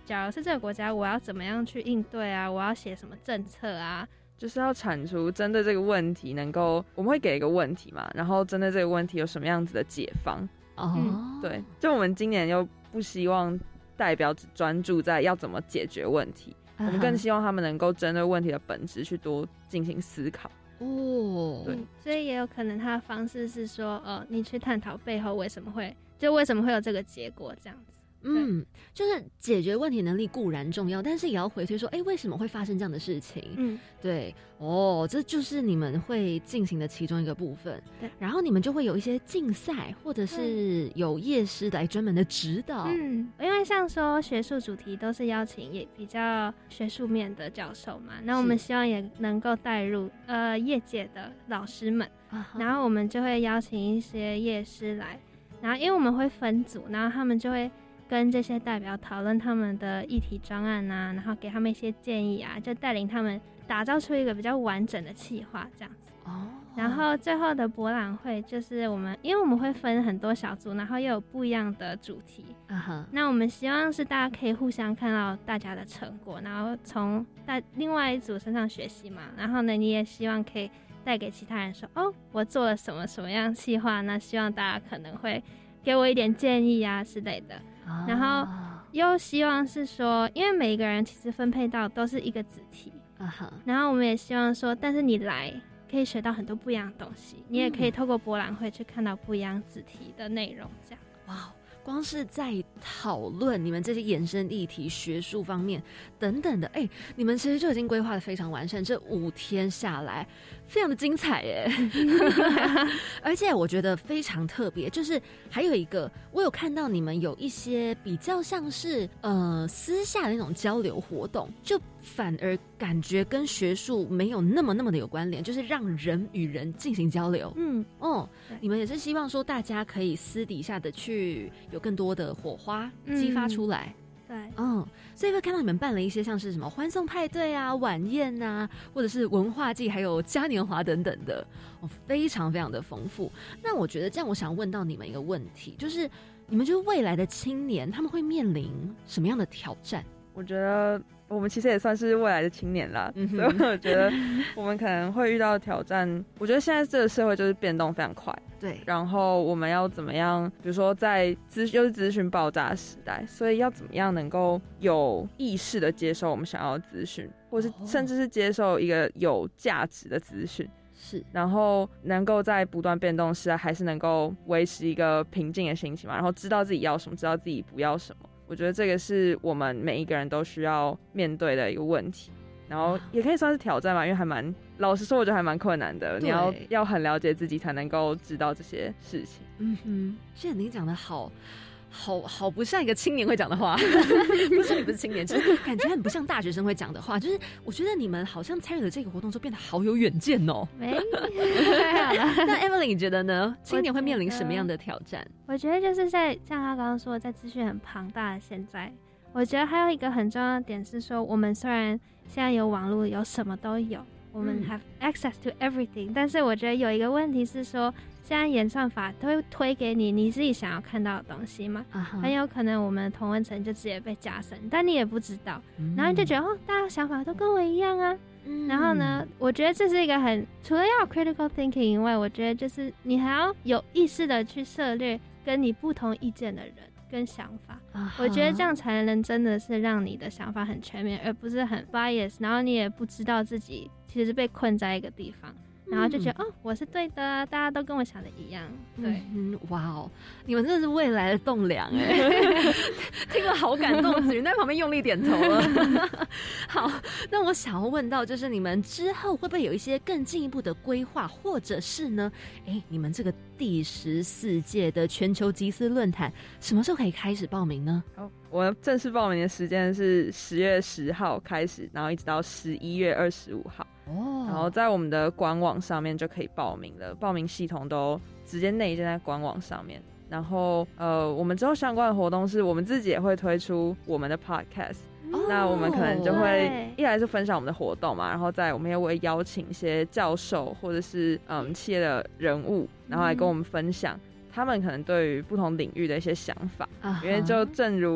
假如是这个国家，我要怎么样去应对啊？我要写什么政策啊？ 就是要产出针对这个问题我们会给一个问题嘛，然后针对这个问题有什么样子的解方。对，就我们今年又不希望代表只专注在要怎么解决问题，我们更希望他们能够针对问题的本质去多进行思考。 对，所以也有可能他的方式是说，你去探讨背后为什么会有这个结果这样子。 就是解决问题能力固然重要，但是也要回推说，为什么会发生这样的事情？对，这就是你们会进行的其中一个部分。对，然后你们就会有一些竞赛，或者是有业师来专门的指导。 因为像说学术主题都是邀请也比较学术面的教授嘛，那我们希望也能够带入业界的老师们，然后我们就会邀请一些业师来，然后因为我们会分组，然后他们就会跟这些代表讨论他们的议题专案啊，然后给他们一些建议啊，就带领他们打造出一个比较完整的企划这样子。然后最后的博览会就是因为我们会分很多小组，然后又有不一样的主题。那我们希望是大家可以互相看到大家的成果，然后从另外一组身上学习嘛。然后呢，你也希望可以带给其他人说，我做了什么什么样企划，那希望大家可能会给我一点建议啊之类的。然后又希望是说，因为每一个人其实分配到都是一个子题，然后我们也希望说，但是你来可以学到很多不一样的东西，你也可以透过博览会去看到不一样子题的内容，这样。 哇，光是在讨论你们这些衍生议题、学术方面等等的，你们其实就已经规划的非常完善，这5天下来非常的精彩耶。而且我觉得非常特别，就是还有一个我有看到你们有一些比较像是私下的那种交流活动，就反而感觉跟学术没有那么的有关联，就是让人与人进行交流。你们也是希望说大家可以私底下的去有更多的火花激发出来。 对， 所以会看到你们办了一些像是什么欢送派对啊、晚宴啊，或者是文化季，还有嘉年华等等的，非常非常的丰富。那我觉得这样，我想问到你们一个问题，就是你们觉得未来的青年他们会面临什么样的挑战？ 我觉得我们其实也算是未来的青年啦，所以我觉得我们可能会遇到挑战。我觉得现在这个社会就是变动非常快， 对， 然后我们要怎么样，比如说在又是资讯爆炸的时代，所以要怎么样能够有意识的接受我们想要的资讯，或是甚至是接受一个有价值的资讯， 是， 然后能够在不断变动的时代还是能够维持一个平静的心情嘛，然后知道自己要什么，知道自己不要什么。我觉得这个是我们每一个人都需要面对的一个问题，然后也可以算是挑战吧，因为老实说我觉得还蛮困难的，你要很了解自己才能够知道这些事情。 现在您讲的好不像一个青年会讲的话。不是你不是青年，就是感觉很不像大学生会讲的话。就是我觉得你们好像参与了这个活动之后变得好有远见哦。 没那 Emily 你觉得呢？青年会面临什么样的挑战？ 我觉得就是像他刚刚说的，在资讯很庞大的现在，我觉得还有一个很重要的点是说，我们虽然现在有网络，有什么都有，我们 have access to everything，但是我觉得有一个问题是说，现在演算法都会推给你自己想要看到的东西嘛，很有可能我们的同温层就直接被加深，但你也不知道，然后你就觉得大家想法都跟我一样啊，然后呢，我觉得这是一个除了要 critical thinking 以外，我觉得就是你还要有意识的去涉猎跟你不同意见的人跟想法，我觉得这样才能真的是让你的想法很全面，而不是很 bias， 然后你也不知道自己其实被困在一个地方，然后就觉得我是对的啊，大家都跟我想的一样。对， 哇哦，你们真的是未来的栋梁哎，听了好感动，子云在旁边用力点头了。好，那我想要问到，就是你们之后会不会有一些更进一步的规划，或者是呢，你们这个第14届的全球集思论坛什么时候可以开始报名呢？ 我正式报名的时间是10月10号开始，然后一直到11月25号。然后在我们的官网上面就可以报名了，报名系统都直接内建在官网上面。然后我们之后相关的活动是我们自己也会推出我们的 podcast，那我们可能就会一来是分享我们的活动嘛，然后再我们也会邀请一些教授或者是企业的人物，然后来跟我们分享他们可能对于不同领域的一些想法，因为就正如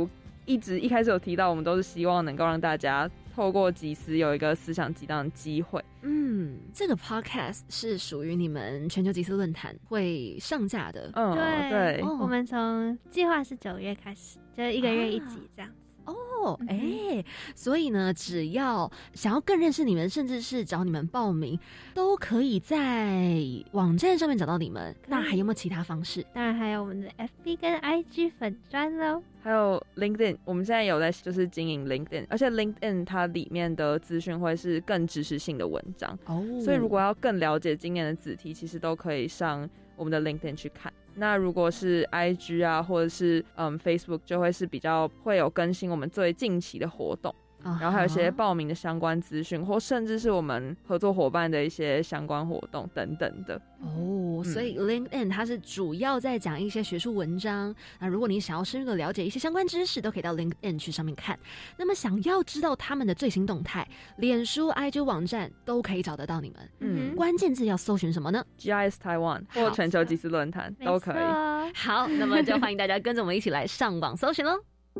一开始有提到，我们都是希望能够让大家透过集思有一个思想激荡的机会。 这个 podcast 是属于你们全球集思论坛会上架的。 对，我们从计划是9月开始，就1个月1集这样子。 所以呢，只要想要更认识你们，甚至是找你们报名，都可以在网站上面找到你们。那还有没有其他方式？ 当然还有我们的 FB 跟 IG 粉专咯， 还有 LinkedIn， 我们现在有在就是经营 LinkedIn， 而且 LinkedIn 它里面的资讯会是更知识性的文章所以如果要更了解今年的子题，其实都可以上我们的 LinkedIn 去看。那如果是 IG 啊，或者是Facebook， 就会是比较会有更新我们最近期的活动，然后还有一些报名的相关资讯，或甚至是我们合作伙伴的一些相关活动等等的。 所以 LinkedIn 它是主要在讲一些学术文章。那如果你想要深入的了解一些相关知识，都可以到 LinkedIn 去上面看。那么想要知道他们的最新动态，脸书、IG 网站都可以找得到你们。关键字要搜寻什么呢？ GIS Taiwan 或全球集思论坛都可以。 好，那么就欢迎大家跟着我们一起来上网搜寻咯。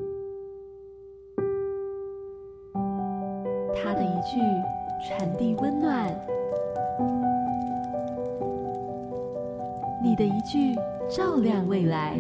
他的一句传递温暖，你的一句照亮未来，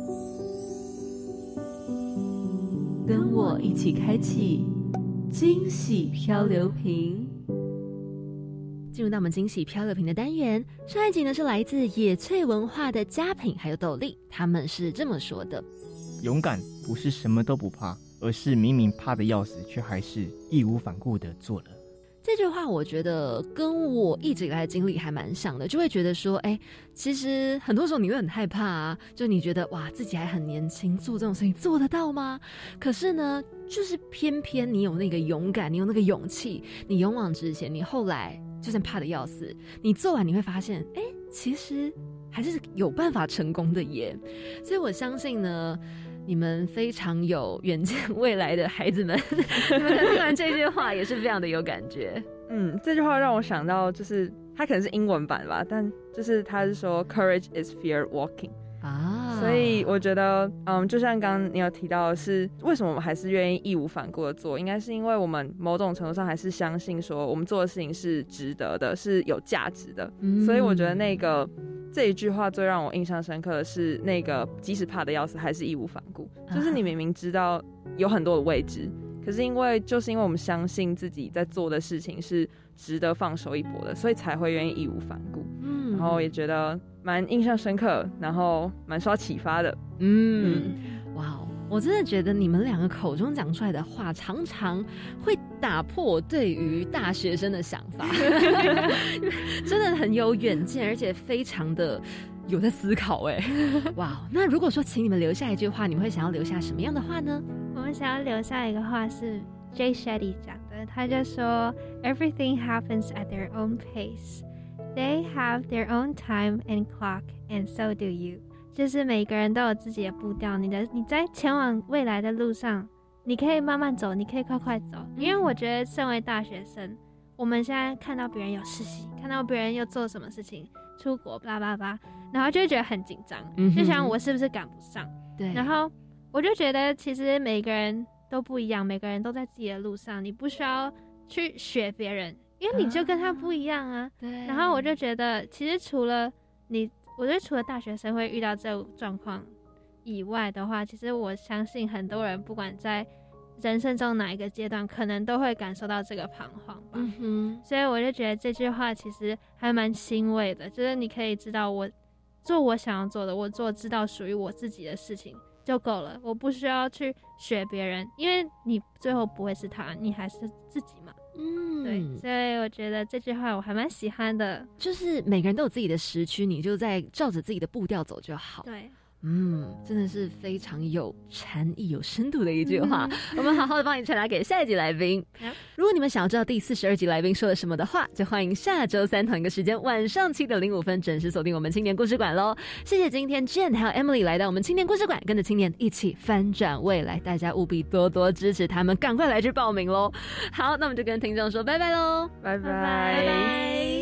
跟我一起开启惊喜漂流瓶。进入到我们惊喜漂流瓶的单元，上一集呢是来自野翠文化的佳品还有斗笠，他们是这么说的： 勇敢不是什么都不怕，而是明明怕的要死，却还是义无反顾的做了。 这句话我觉得跟我一直以来的经历还蛮像的，就会觉得说其实很多时候你会很害怕啊，就你觉得哇自己还很年轻，做这种事情做得到吗？可是呢就是偏偏你有那个勇敢，你有那个勇气，你勇往直前，你后来就算怕得要死，你做完你会发现其实还是有办法成功的耶。所以我相信呢你们非常有远见未来的孩子们你们听完这句话也是非常的有感觉。 这句话让我想到，就是它可能是英文版吧，但就是它是说 Courage is fear walking 所以我觉得就像刚刚你有提到的是为什么我们还是愿意义无反顾的做，应该是因为我们某种程度上还是相信说我们做的事情是值得的，是有价值的。所以我觉得这一句话最让我印象深刻的是那个即使怕的要死还是义无反顾，就是你明明知道有很多的未知，可是因为我们相信自己在做的事情是值得放手一搏的，所以才会愿意义无反顾。然后也觉得蛮印象深刻，然后蛮受到启发的。 哇，我真的觉得你们两个口中讲出来的话常常会打破我对于大学生的想法真的很有远见，而且非常的有在思考哇，那如果说请你们留下一句话，你们会想要留下什么样的话呢？ 我们想要留下一个话是 Jay Shetty 讲的，他就说 Everything happens at their own pace. They have their own time and clock, and so do you. 就是每个人都有自己的步调，你在前往未来的路上，你可以慢慢走，你可以快快走。因为我觉得身为大学生，我们现在看到别人有实习，看到别人又做什么事情，出国blah blah blah，然后就会觉得很紧张，就想我是不是赶不上。对，然后我就觉得其实每个人都不一样，每个人都在自己的路上，你不需要去学别人，因为你就跟他不一样啊。对。然后我就觉得其实我觉得除了大学生会遇到这种状况以外的话，其实我相信很多人不管在人生中哪一个阶段，可能都会感受到这个彷徨吧。所以我就觉得这句话其实还蛮欣慰的，就是你可以知道我做我想要做的，我知道属于我自己的事情就够了，我不需要去学别人，因为你最后不会是他，你还是自己嘛。对，所以我觉得这句话我还蛮喜欢的， 就是每个人都有自己的时区，你就在照着自己的步调走就好。 对， 真的是非常有禅意、有深度的一句话。我们好好的帮你传达给下一集来宾。如果你们想要知道第42集来宾说了什么的话，就欢迎下周3同一个时间晚上7点05分准时锁定我们青年故事馆咯。谢谢今天 Jen 还有 Emily 来到我们青年故事馆，跟着青年一起翻转未来，大家务必多多支持他们，赶快来去报名咯。好，那我们就跟听众说拜拜咯， 拜拜拜拜。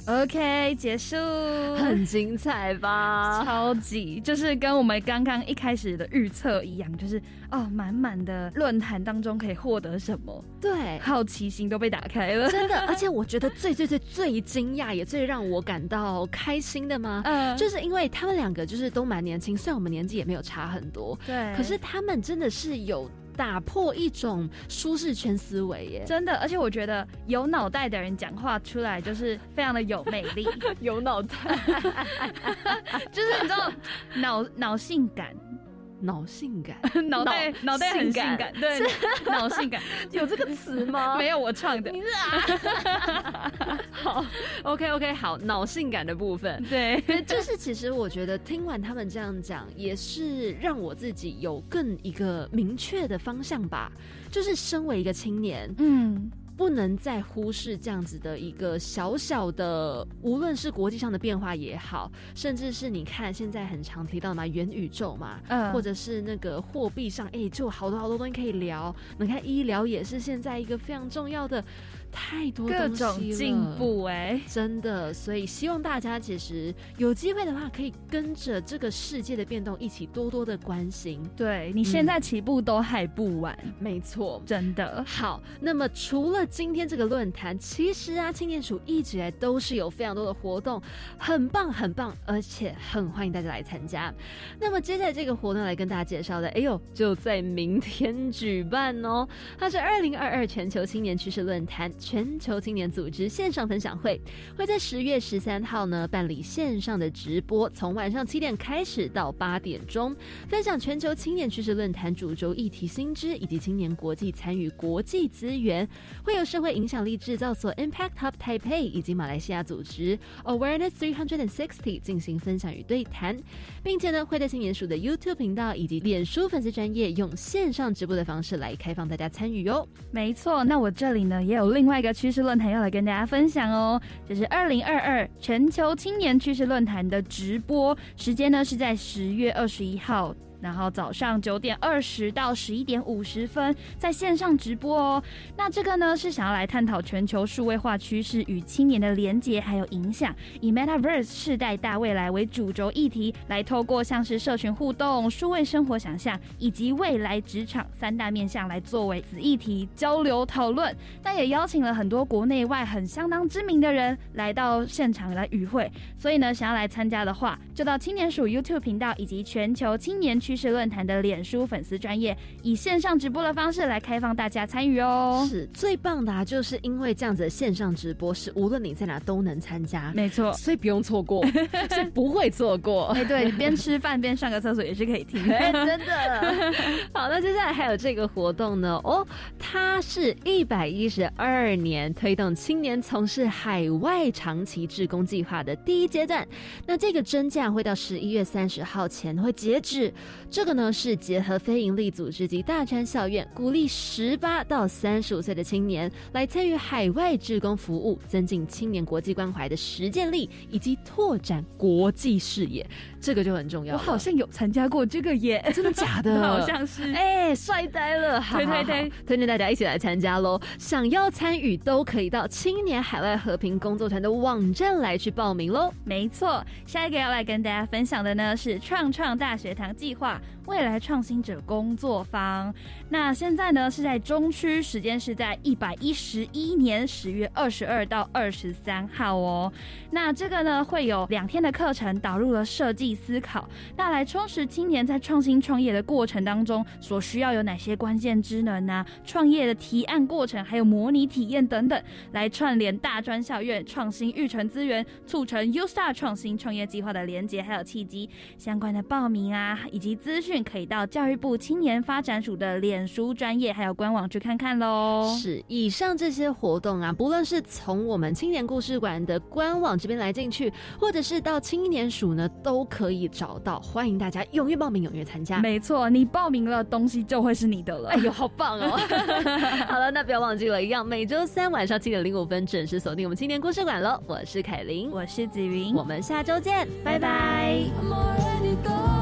OK， 结束， 很精彩吧？ 超级，就是跟我们刚刚一开始的预测一样，就是满满的论坛当中可以获得什么？ 对， 好奇心都被打开了， 真的。而且我觉得最惊讶，也最让我感到开心的嘛，就是因为他们两个就是都蛮年轻，虽然我们年纪也没有差很多， 对， 可是他们真的是有打破一种舒适圈思维耶， 真的，而且我觉得有脑袋的人讲话出来就是非常的有魅力， 有脑袋， 就是你知道脑性感。 脑性感， 脑袋很性感，对，脑性感有这个词吗？ 没有，我创的。 好 ，OK， 好，脑性感的部分， 对， 就是其实我觉得听完他们这样讲，也是让我自己有更一个明确的方向吧。就是身为一个青年，不能再忽视这样子的一个小小的，无论是国际上的变化也好，甚至是你看现在很常提到嘛，元宇宙嘛，或者是那个货币上，就好多东西可以聊。你看医疗也是现在一个非常重要的，太多东西了， 各种进步真的。所以希望大家其实有机会的话，可以跟着这个世界的变动一起多多的关心。 对，你现在起步都还不晚， 没错， 真的。 好，那么除了今天这个论坛，其实啊，青年署一直以来都是有非常多的活动，很棒，而且很欢迎大家来参加。那么接下来这个活动来跟大家介绍的，就在明天举办哦。它是2022全球青年趋势论坛全球青年组织线上分享会，会在10月13号呢办理线上的直播，从晚上7点开始到8点钟，分享全球青年趋势论坛主轴议题新知以及青年国际参与国际资源，会有社会影响力制造所 Impact Hub Taipei 以及马来西亚组织 Awareness 360进行分享与对谈，并且呢会在青年署的 YouTube 频道以及脸书粉丝专页用线上直播的方式来开放大家参与哦。 没错，那我这里呢也有另外一个趋势论坛要来跟大家分享哦，就是2022全球青年趋势论坛的直播时间呢是在10月21号。然后早上9点20到11点50分在线上直播哦。那这个呢是想要来探讨全球数位化趋势与青年的连结还有影响，以 Metaverse 世代大未来为主轴议题，来透过像是社群互动、数位生活想象以及未来职场3大面向来作为子议题交流讨论。那也邀请了很多国内外很相当知名的人来到现场来与会，所以呢想要来参加的话，就到青年署 YouTube 频道以及全球青年趋势论坛的脸书粉丝专页，以线上直播的方式来开放大家参与哦。 是最棒的就是因为这样子的线上直播是无论你在哪都能参加， 没错， 所以不用错过，所以不会错过。 对，边吃饭边上个厕所也是可以听真的。好，那接下来还有这个活动呢，它是112年推动青年从事海外长期志工计划的第一阶段，那这个征价会到11月30号前会截止。这个呢是结合非营利组织及大专校院，鼓励18到35岁的青年来参与海外志工服务，增进青年国际关怀的实践力，以及拓展国际视野。这个就很重要了。 我好像有参加过这个耶， 真的假的？ 好像是。 帅呆了！好， 推荐大家一起来参加咯。想要参与都可以到青年海外和平工作团的网站来去报名咯。 没错，下一个要来跟大家分享的呢是创大学堂计划未来创新者工作坊。那现在呢是在中区，时间是在111年10月22到23号哦。那这个呢会有2天的课程，导入了设计思考，那来充实青年在创新创业的过程当中所需要有哪些关键职能啊，创业的提案过程还有模拟体验等等，来串联大专校院创新育成资源，促成 U-Star 创新创业计划的连结还有契机。相关的报名啊以及资讯可以到教育部青年发展署的脸书专页还有官网去看看咯。 是，以上这些活动啊，不论是从我们青年故事馆的官网这边来进去，或者是到青年署呢，都可以找到，欢迎大家踊跃报名踊跃参加。 没错，你报名了东西就会是你的了。 哎呦好棒哦。好了，那不要忘记了，一样每周3晚上7点05分准时锁定我们青年故事馆了。我是凯琳， 我是子云， 我们下周见，拜拜。